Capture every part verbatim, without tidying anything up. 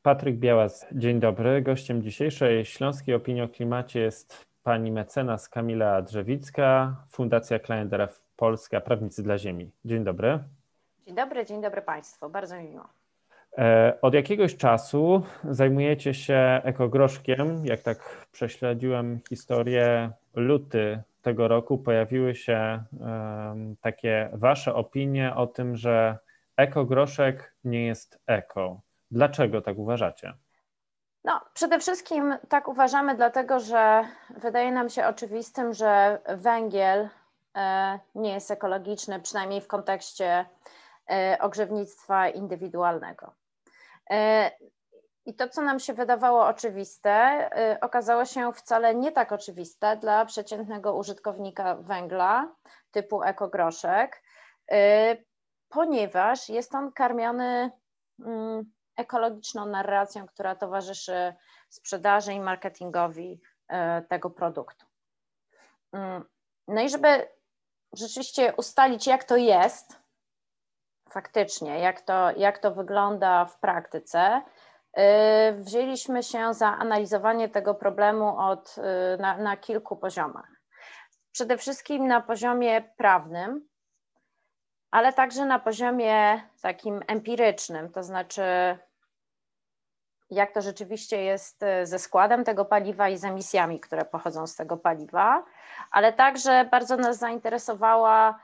Patryk Białas, dzień dobry. Gościem dzisiejszej Śląskiej Opinii o Klimacie jest pani mecenas Kamila Drzewicka, Fundacja Client R F Polska, Prawnicy dla Ziemi. Dzień dobry. Dzień dobry, dzień dobry Państwu, bardzo mi miło. Od jakiegoś czasu zajmujecie się ekogroszkiem. Jak tak prześledziłem historię, luty tego roku pojawiły się um, takie wasze opinie o tym, że ekogroszek nie jest eko. Dlaczego tak uważacie? No, przede wszystkim tak uważamy, dlatego że wydaje nam się oczywistym, że węgiel nie jest ekologiczny, przynajmniej w kontekście ogrzewnictwa indywidualnego. I to, co nam się wydawało oczywiste, okazało się wcale nie tak oczywiste dla przeciętnego użytkownika węgla typu ekogroszek, ponieważ jest on karmiony ekologiczną narracją, która towarzyszy sprzedaży i marketingowi tego produktu. No i żeby rzeczywiście ustalić, jak to jest faktycznie, jak to, jak to wygląda w praktyce, wzięliśmy się za analizowanie tego problemu od, na, na kilku poziomach. Przede wszystkim na poziomie prawnym, ale także na poziomie takim empirycznym, to znaczy jak to rzeczywiście jest ze składem tego paliwa i z emisjami, które pochodzą z tego paliwa, ale także bardzo nas zainteresowała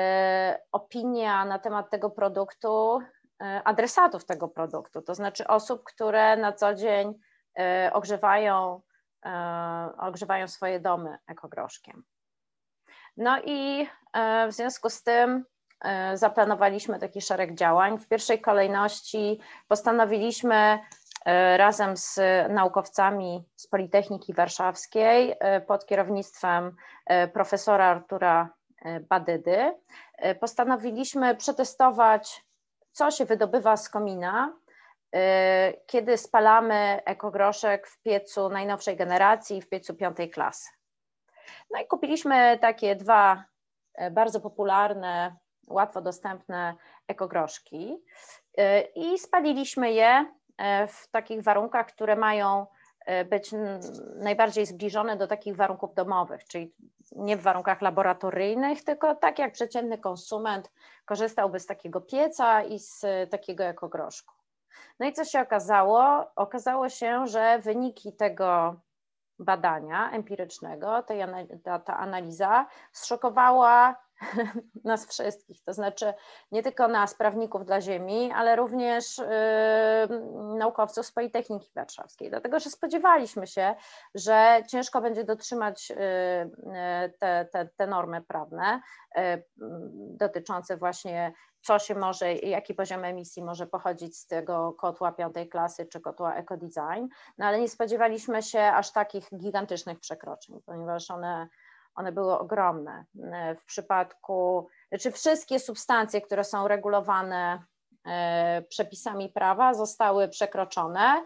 opinia na temat tego produktu adresatów tego produktu, to znaczy osób, które na co dzień ogrzewają, ogrzewają swoje domy ekogroszkiem. No i w związku z tym zaplanowaliśmy taki szereg działań. W pierwszej kolejności postanowiliśmy razem z naukowcami z Politechniki Warszawskiej pod kierownictwem profesora Artura Badydy postanowiliśmy przetestować, co się wydobywa z komina, kiedy spalamy ekogroszek w piecu najnowszej generacji, w piecu piątej klasy. No i kupiliśmy takie dwa bardzo popularne, łatwo dostępne ekogroszki i spaliliśmy je w takich warunkach, które mają być najbardziej zbliżone do takich warunków domowych, czyli nie w warunkach laboratoryjnych, tylko tak jak przeciętny konsument korzystałby z takiego pieca i z takiego ekogroszku. No i co się okazało? Okazało się, że wyniki tego badania empirycznego, tej, ta, ta analiza zszokowała nas wszystkich, to znaczy nie tylko nas, prawników dla Ziemi, ale również yy, naukowców z Politechniki Warszawskiej, dlatego że spodziewaliśmy się, że ciężko będzie dotrzymać yy, te, te, te normy prawne yy, dotyczące właśnie co się może, jaki poziom emisji może pochodzić z tego kotła piątej klasy czy kotła ekodesign, no ale nie spodziewaliśmy się aż takich gigantycznych przekroczeń, ponieważ one One były ogromne. W przypadku, znaczy wszystkie substancje, które są regulowane przepisami prawa, zostały przekroczone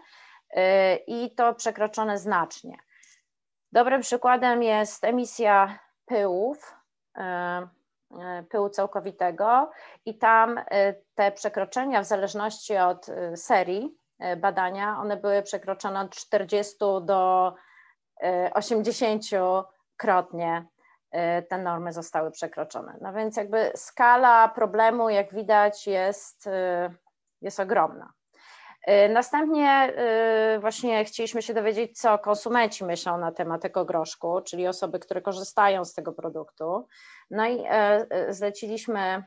i to przekroczone znacznie. Dobrym przykładem jest emisja pyłów, pyłu całkowitego i tam te przekroczenia w zależności od serii badania, one były przekroczone od czterdziestu do osiemdziesięciu krotnie te normy zostały przekroczone. No więc jakby skala problemu, jak widać, jest, jest ogromna. Następnie właśnie chcieliśmy się dowiedzieć, co konsumenci myślą na temat ekogroszku, czyli osoby, które korzystają z tego produktu. No i zleciliśmy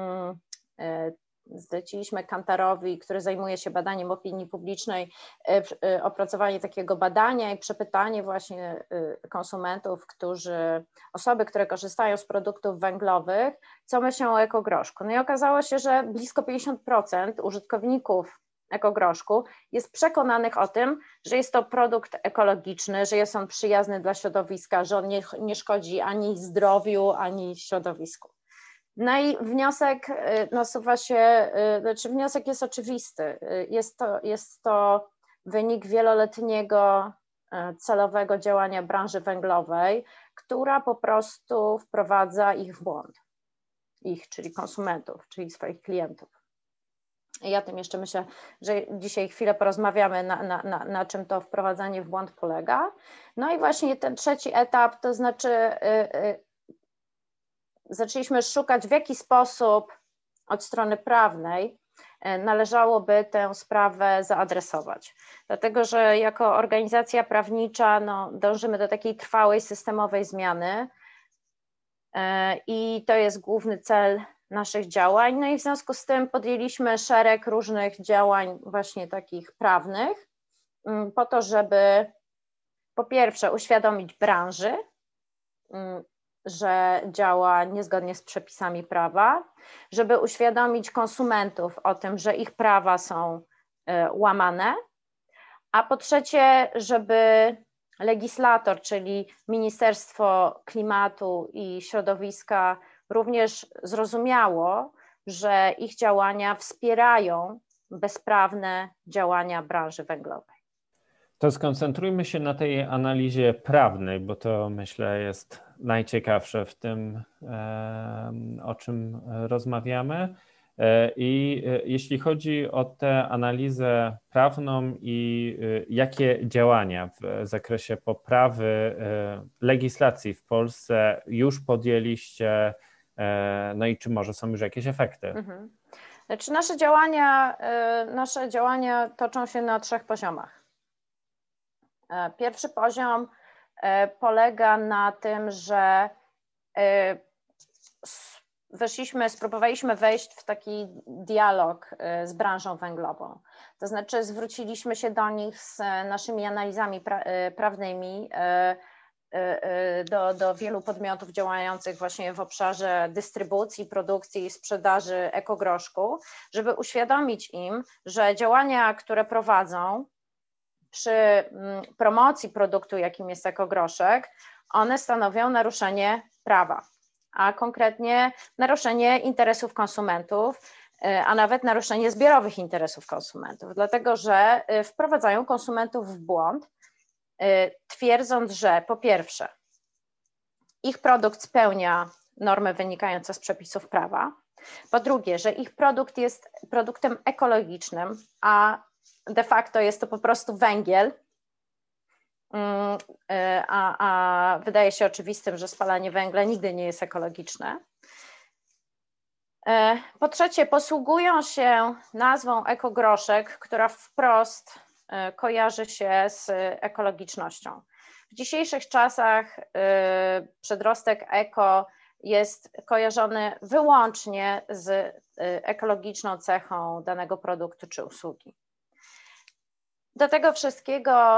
Zleciliśmy Kantarowi, który zajmuje się badaniem opinii publicznej, opracowanie takiego badania i przepytanie właśnie konsumentów, którzy, osoby, które korzystają z produktów węglowych, co myślą o ekogroszku. No i okazało się, że blisko pięćdziesiąt procent użytkowników ekogroszku jest przekonanych o tym, że jest to produkt ekologiczny, że jest on przyjazny dla środowiska, że on nie, nie szkodzi ani zdrowiu, ani środowisku. No i wniosek nasuwa się, znaczy wniosek jest oczywisty. Jest to, jest to wynik wieloletniego celowego działania branży węglowej, która po prostu wprowadza ich w błąd. Ich, czyli konsumentów, czyli swoich klientów. I o tym jeszcze myślę, że dzisiaj chwilę porozmawiamy, na, na, na, na czym to wprowadzanie w błąd polega. No i właśnie ten trzeci etap, to znaczy yy, yy, zaczęliśmy szukać, w jaki sposób od strony prawnej należałoby tę sprawę zaadresować. Dlatego, że jako organizacja prawnicza no, dążymy do takiej trwałej, systemowej zmiany i to jest główny cel naszych działań. No i w związku z tym podjęliśmy szereg różnych działań właśnie takich prawnych po to, żeby po pierwsze uświadomić branży, że działa niezgodnie z przepisami prawa, żeby uświadomić konsumentów o tym, że ich prawa są łamane, a po trzecie, żeby legislator, czyli Ministerstwo Klimatu i Środowiska również zrozumiało, że ich działania wspierają bezprawne działania branży węglowej. To skoncentrujmy się na tej analizie prawnej, bo to myślę jest najciekawsze w tym, o czym rozmawiamy. I jeśli chodzi o tę analizę prawną i jakie działania w zakresie poprawy legislacji w Polsce już podjęliście, no i czy może są już jakieś efekty? Mhm. Znaczy nasze działania, nasze działania toczą się na trzech poziomach. Pierwszy poziom polega na tym, że weszliśmy, spróbowaliśmy wejść w taki dialog z branżą węglową. To znaczy zwróciliśmy się do nich z naszymi analizami pra prawnymi do, do wielu podmiotów działających właśnie w obszarze dystrybucji, produkcji i sprzedaży ekogroszku, żeby uświadomić im, że działania, które prowadzą przy promocji produktu, jakim jest ekogroszek, one stanowią naruszenie prawa, a konkretnie naruszenie interesów konsumentów, a nawet naruszenie zbiorowych interesów konsumentów, dlatego że wprowadzają konsumentów w błąd, twierdząc, że po pierwsze ich produkt spełnia normy wynikające z przepisów prawa, po drugie, że ich produkt jest produktem ekologicznym, a de facto jest to po prostu węgiel, a, a wydaje się oczywistym, że spalanie węgla nigdy nie jest ekologiczne. Po trzecie, posługują się nazwą ekogroszek, która wprost kojarzy się z ekologicznością. W dzisiejszych czasach przedrostek eko jest kojarzony wyłącznie z ekologiczną cechą danego produktu czy usługi. Do tego wszystkiego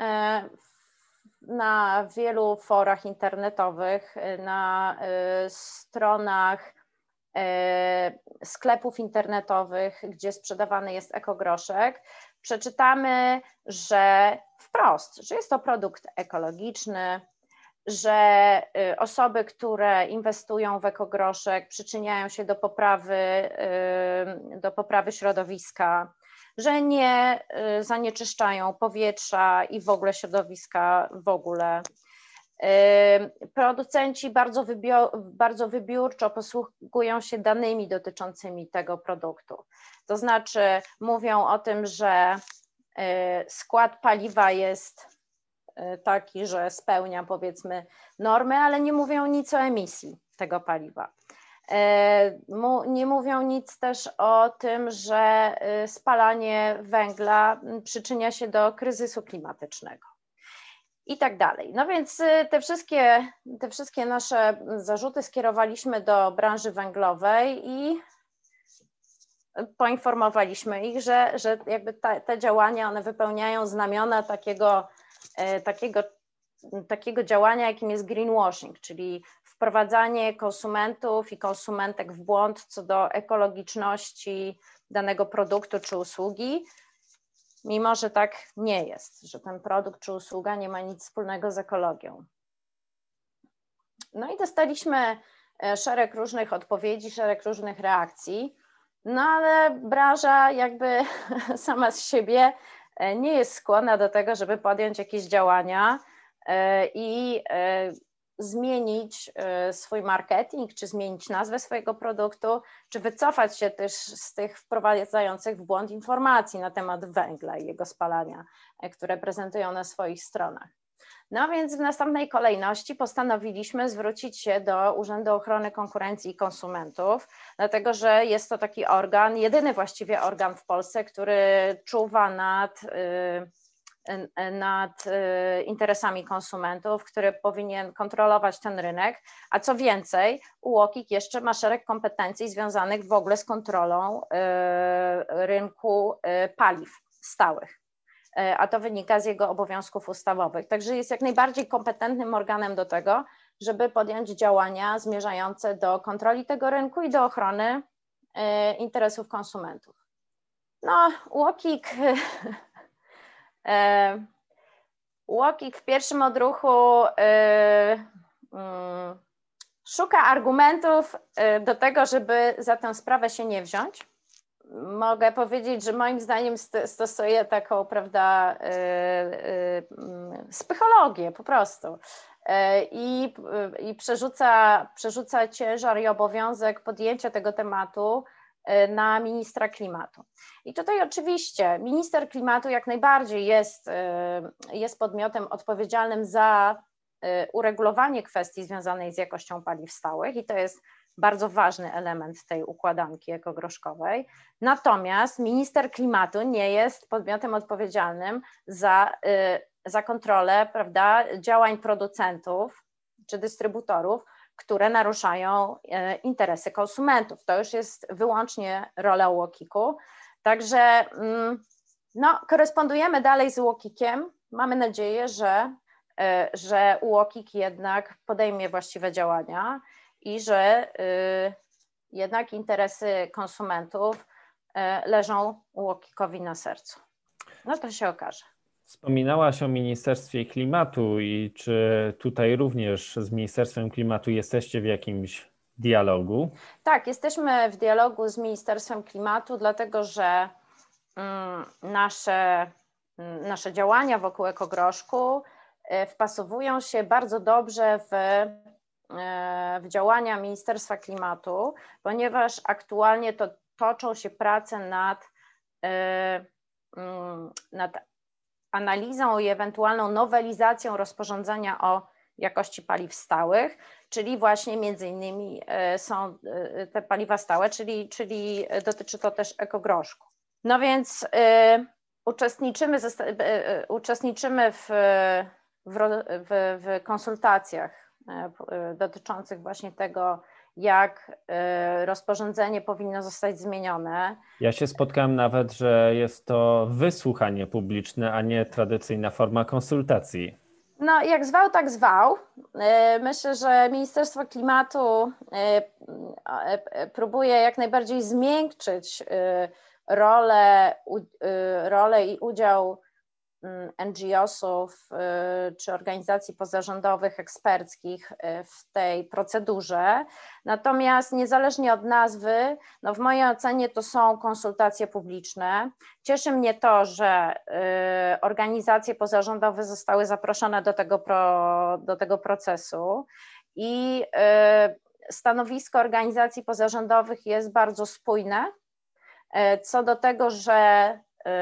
na wielu forach internetowych, na stronach sklepów internetowych, gdzie sprzedawany jest ekogroszek, przeczytamy, że wprost, że jest to produkt ekologiczny, że osoby, które inwestują w ekogroszek, przyczyniają się do poprawy, do poprawy środowiska, że nie zanieczyszczają powietrza i w ogóle środowiska w ogóle. Producenci bardzo, bardzo wybiórczo posługują się danymi dotyczącymi tego produktu. To znaczy mówią o tym, że skład paliwa jest taki, że spełnia powiedzmy normy, ale nie mówią nic o emisji tego paliwa. Nie mówią nic też o tym, że spalanie węgla przyczynia się do kryzysu klimatycznego i tak dalej. No więc te wszystkie, te wszystkie nasze zarzuty skierowaliśmy do branży węglowej i poinformowaliśmy ich, że, że jakby ta, te działania, one wypełniają znamiona takiego, takiego, takiego działania, jakim jest greenwashing, czyli wprowadzanie konsumentów i konsumentek w błąd co do ekologiczności danego produktu czy usługi, mimo że tak nie jest, że ten produkt czy usługa nie ma nic wspólnego z ekologią. No i dostaliśmy szereg różnych odpowiedzi, szereg różnych reakcji, no ale branża jakby sama z siebie nie jest skłonna do tego, żeby podjąć jakieś działania i zmienić swój marketing, czy zmienić nazwę swojego produktu, czy wycofać się też z tych wprowadzających w błąd informacji na temat węgla i jego spalania, które prezentują na swoich stronach. No więc w następnej kolejności postanowiliśmy zwrócić się do Urzędu Ochrony Konkurencji i Konsumentów, dlatego że jest to taki organ, jedyny właściwie organ w Polsce, który czuwa nad, nad interesami konsumentów, który powinien kontrolować ten rynek, a co więcej, U O K I K jeszcze ma szereg kompetencji związanych w ogóle z kontrolą rynku paliw stałych, a to wynika z jego obowiązków ustawowych. Także jest jak najbardziej kompetentnym organem do tego, żeby podjąć działania zmierzające do kontroli tego rynku i do ochrony interesów konsumentów. No, U O K I K, U O K I K w pierwszym odruchu szuka argumentów do tego, żeby za tę sprawę się nie wziąć. Mogę powiedzieć, że moim zdaniem stosuje taką, prawda, psychologię po prostu i, i przerzuca, przerzuca ciężar i obowiązek podjęcia tego tematu na ministra klimatu. I tutaj oczywiście minister klimatu jak najbardziej jest, jest podmiotem odpowiedzialnym za uregulowanie kwestii związanej z jakością paliw stałych i to jest bardzo ważny element tej układanki ekogroszkowej. Natomiast minister klimatu nie jest podmiotem odpowiedzialnym za, za kontrolę, prawda, działań producentów czy dystrybutorów, które naruszają interesy konsumentów. To już jest wyłącznie rola U O K I K-u. Także no, korespondujemy dalej z U O K I K-iem. Mamy nadzieję, że, że U O K I K jednak podejmie właściwe działania i że jednak interesy konsumentów leżą U O K I K-owi na sercu. No to się okaże. Wspominałaś o Ministerstwie Klimatu i czy tutaj również z Ministerstwem Klimatu jesteście w jakimś dialogu? Tak, jesteśmy w dialogu z Ministerstwem Klimatu, dlatego że nasze, nasze działania wokół ekogroszku wpasowują się bardzo dobrze w, w działania Ministerstwa Klimatu, ponieważ aktualnie to toczą się prace nad, nad analizą i ewentualną nowelizacją rozporządzenia o jakości paliw stałych, czyli właśnie między innymi są te paliwa stałe, czyli, czyli dotyczy to też ekogroszku. No więc y, uczestniczymy, y, uczestniczymy w, w, w, w konsultacjach y, dotyczących właśnie tego, jak y, rozporządzenie powinno zostać zmienione. Ja się spotkałem nawet, że jest to wysłuchanie publiczne, a nie tradycyjna forma konsultacji. No jak zwał, tak zwał. Myślę, że Ministerstwo Klimatu próbuje jak najbardziej zmiękczyć rolę, rolę i udział N G O sów czy organizacji pozarządowych, eksperckich w tej procedurze. Natomiast niezależnie od nazwy, no w mojej ocenie to są konsultacje publiczne. Cieszy mnie to, że organizacje pozarządowe zostały zaproszone do tego, pro, do tego procesu i stanowisko organizacji pozarządowych jest bardzo spójne co do tego, że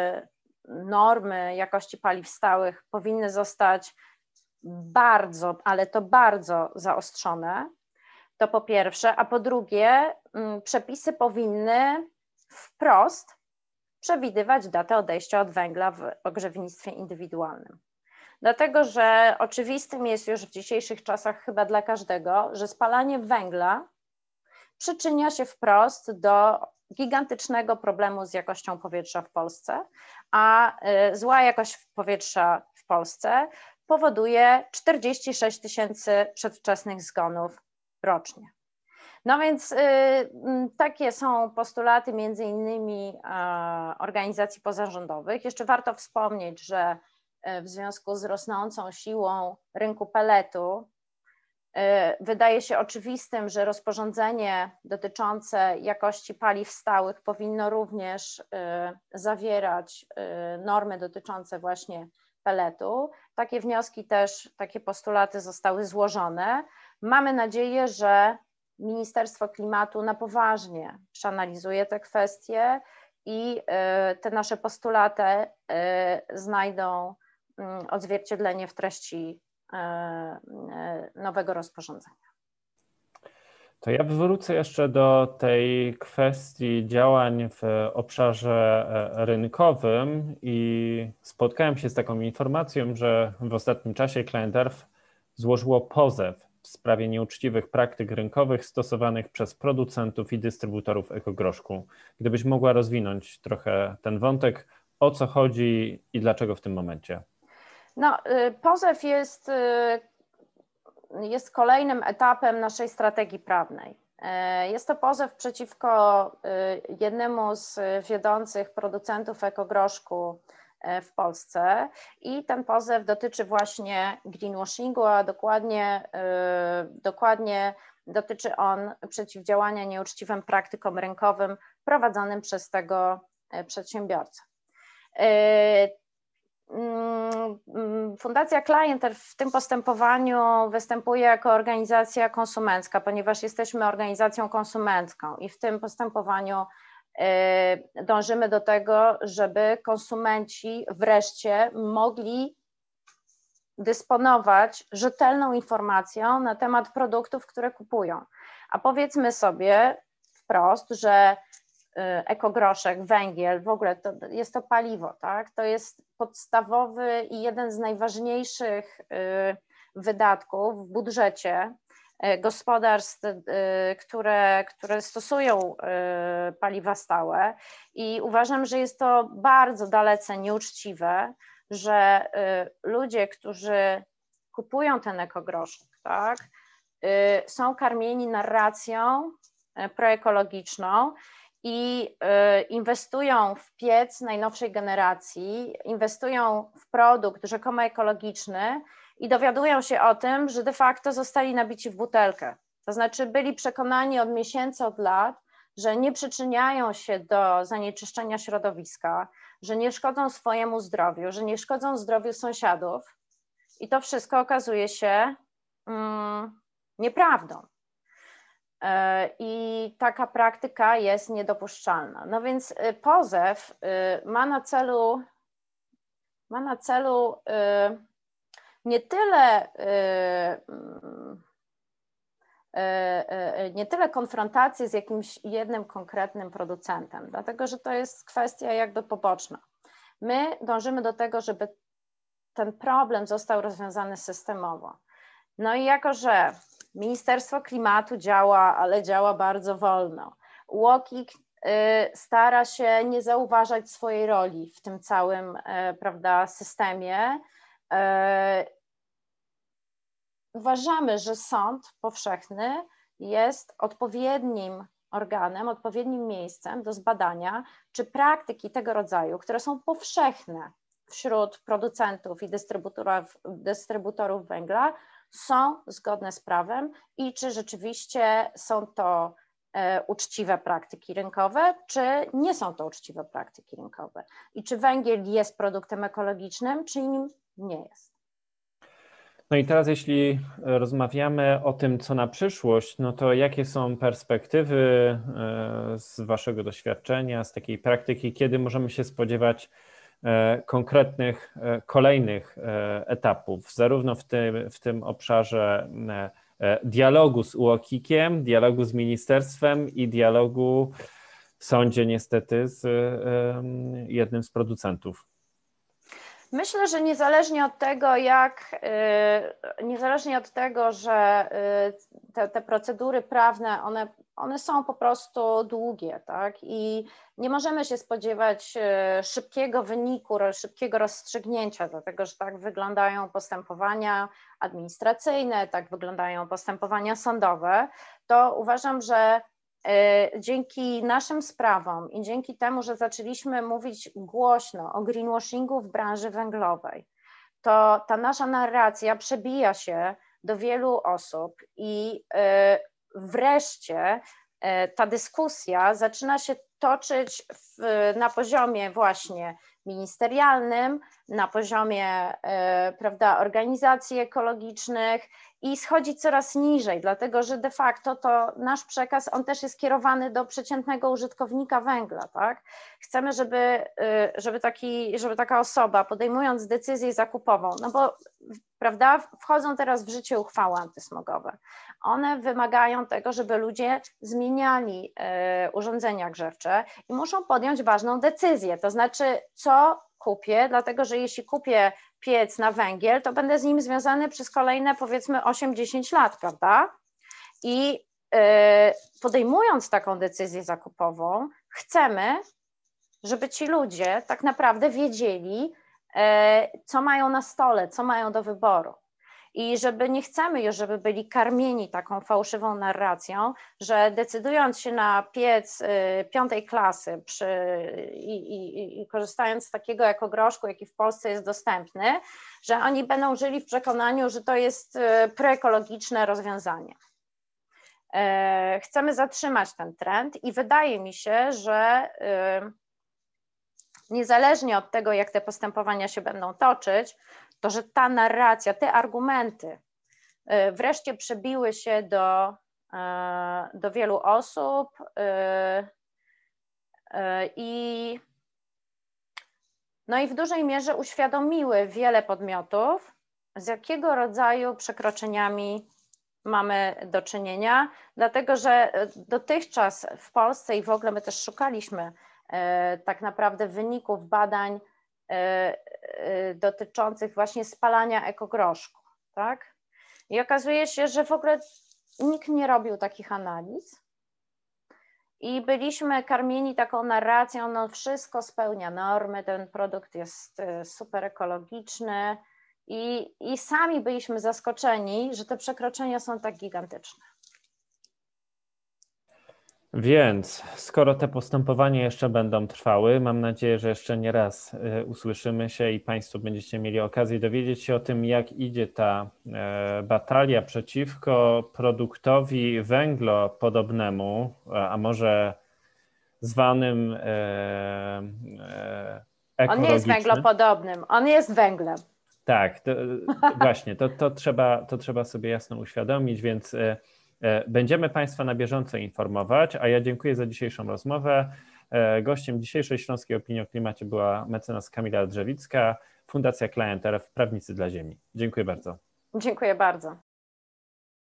normy jakości paliw stałych powinny zostać bardzo, ale to bardzo zaostrzone, to po pierwsze, a po drugie przepisy powinny wprost przewidywać datę odejścia od węgla w ogrzewnictwie indywidualnym. Dlatego, że oczywistym jest już w dzisiejszych czasach chyba dla każdego, że spalanie węgla przyczynia się wprost do gigantycznego problemu z jakością powietrza w Polsce, a zła jakość powietrza w Polsce powoduje czterdzieści sześć tysięcy przedwczesnych zgonów rocznie. No więc y, takie są postulaty między innymi y, organizacji pozarządowych. Jeszcze warto wspomnieć, że w związku z rosnącą siłą rynku pelletu wydaje się oczywistym, że rozporządzenie dotyczące jakości paliw stałych powinno również zawierać normy dotyczące właśnie pelletu. Takie wnioski też, takie postulaty zostały złożone. Mamy nadzieję, że Ministerstwo Klimatu na poważnie przeanalizuje te kwestie i te nasze postulaty znajdą odzwierciedlenie w treści nowego rozporządzenia. To ja wrócę jeszcze do tej kwestii działań w obszarze rynkowym i spotkałem się z taką informacją, że w ostatnim czasie Client Earth złożyło pozew w sprawie nieuczciwych praktyk rynkowych stosowanych przez producentów i dystrybutorów ekogroszku. Gdybyś mogła rozwinąć trochę ten wątek, o co chodzi i dlaczego w tym momencie? No, pozew jest, jest kolejnym etapem naszej strategii prawnej. Jest to pozew przeciwko jednemu z wiodących producentów ekogroszku w Polsce i ten pozew dotyczy właśnie greenwashingu, a dokładnie, dokładnie dotyczy on przeciwdziałania nieuczciwym praktykom rynkowym prowadzonym przez tego przedsiębiorcę. Fundacja Client Earth w tym postępowaniu występuje jako organizacja konsumencka, ponieważ jesteśmy organizacją konsumencką i w tym postępowaniu dążymy do tego, żeby konsumenci wreszcie mogli dysponować rzetelną informacją na temat produktów, które kupują. A powiedzmy sobie wprost, że ekogroszek, węgiel, w ogóle to jest to paliwo, tak? To jest podstawowy i jeden z najważniejszych wydatków w budżecie gospodarstw, które, które stosują paliwa stałe i uważam, że jest to bardzo dalece nieuczciwe, że ludzie, którzy kupują ten ekogroszek, tak, są karmieni narracją proekologiczną i inwestują w piec najnowszej generacji, inwestują w produkt rzekomo ekologiczny i dowiadują się o tym, że de facto zostali nabici w butelkę. To znaczy byli przekonani od miesięcy, od lat, że nie przyczyniają się do zanieczyszczenia środowiska, że nie szkodzą swojemu zdrowiu, że nie szkodzą zdrowiu sąsiadów i to wszystko okazuje się mm, nieprawdą. I taka praktyka jest niedopuszczalna. No więc pozew ma na celu, ma na celu nie tyle, nie tyle konfrontację z jakimś jednym konkretnym producentem, dlatego że to jest kwestia jakby poboczna. My dążymy do tego, żeby ten problem został rozwiązany systemowo. No i jako, że Ministerstwo Klimatu działa, ale działa bardzo wolno. UOKiK stara się nie zauważać swojej roli w tym całym, prawda, systemie. Uważamy, że sąd powszechny jest odpowiednim organem, odpowiednim miejscem do zbadania, czy praktyki tego rodzaju, które są powszechne wśród producentów i dystrybutorów, dystrybutorów węgla, są zgodne z prawem i czy rzeczywiście są to e, uczciwe praktyki rynkowe, czy nie są to uczciwe praktyki rynkowe i czy węgiel jest produktem ekologicznym, czy nim nie jest. No i teraz jeśli rozmawiamy o tym, co na przyszłość, no to jakie są perspektywy z waszego doświadczenia, z takiej praktyki, kiedy możemy się spodziewać konkretnych, kolejnych etapów, zarówno w tym, w tym obszarze dialogu z UOKiK-iem, dialogu z ministerstwem i dialogu w sądzie niestety z jednym z producentów? Myślę, że niezależnie od tego, jak, niezależnie od tego, że te, te procedury prawne, one, one są po prostu długie, tak? I nie możemy się spodziewać szybkiego wyniku, szybkiego rozstrzygnięcia, dlatego że tak wyglądają postępowania administracyjne, tak wyglądają postępowania sądowe, to uważam, że dzięki naszym sprawom i dzięki temu, że zaczęliśmy mówić głośno o greenwashingu w branży węglowej, to ta nasza narracja przebija się do wielu osób i wreszcie ta dyskusja zaczyna się toczyć w, na poziomie właśnie ministerialnym, na poziomie, prawda, organizacji ekologicznych i schodzi coraz niżej, dlatego że de facto to nasz przekaz, on też jest kierowany do przeciętnego użytkownika węgla, tak? Chcemy, żeby, żeby, taki, żeby taka osoba, podejmując decyzję zakupową, no bo, prawda, wchodzą teraz w życie uchwały antysmogowe. One wymagają tego, żeby ludzie zmieniali urządzenia grzewcze i muszą podjąć ważną decyzję, to znaczy co kupię, dlatego że jeśli kupię piec na węgiel, to będę z nim związany przez kolejne powiedzmy osiem dziesięć lat, prawda? I podejmując taką decyzję zakupową, chcemy, żeby ci ludzie tak naprawdę wiedzieli, co mają na stole, co mają do wyboru. I żeby nie chcemy już, żeby byli karmieni taką fałszywą narracją, że decydując się na piec piątej klasy przy, i, i, i korzystając z takiego ekogroszku, jaki w Polsce jest dostępny, że oni będą żyli w przekonaniu, że to jest proekologiczne rozwiązanie. Chcemy zatrzymać ten trend i wydaje mi się, że niezależnie od tego, jak te postępowania się będą toczyć, to, że ta narracja, te argumenty wreszcie przebiły się do, do wielu osób i, no i w dużej mierze uświadomiły wiele podmiotów, z jakiego rodzaju przekroczeniami mamy do czynienia, dlatego że dotychczas w Polsce i w ogóle my też szukaliśmy tak naprawdę wyników badań dotyczących właśnie spalania ekogroszku, tak? I okazuje się, że w ogóle nikt nie robił takich analiz i byliśmy karmieni taką narracją, no wszystko spełnia normy, ten produkt jest super ekologiczny i, i sami byliśmy zaskoczeni, że te przekroczenia są tak gigantyczne. Więc skoro te postępowania jeszcze będą trwały, mam nadzieję, że jeszcze nie raz usłyszymy się i Państwo będziecie mieli okazję dowiedzieć się o tym, jak idzie ta batalia przeciwko produktowi węglopodobnemu, a może zwanym ekologicznym. On nie jest węglopodobnym, on jest węglem. Tak, to, właśnie, to, to, trzeba, to trzeba sobie jasno uświadomić, więc będziemy Państwa na bieżąco informować, a ja dziękuję za dzisiejszą rozmowę. Gościem dzisiejszej Śląskiej Opinii o Klimacie była mecenas Kamila Drzewicka, Fundacja Client R F, Prawnicy dla Ziemi. Dziękuję bardzo. Dziękuję bardzo.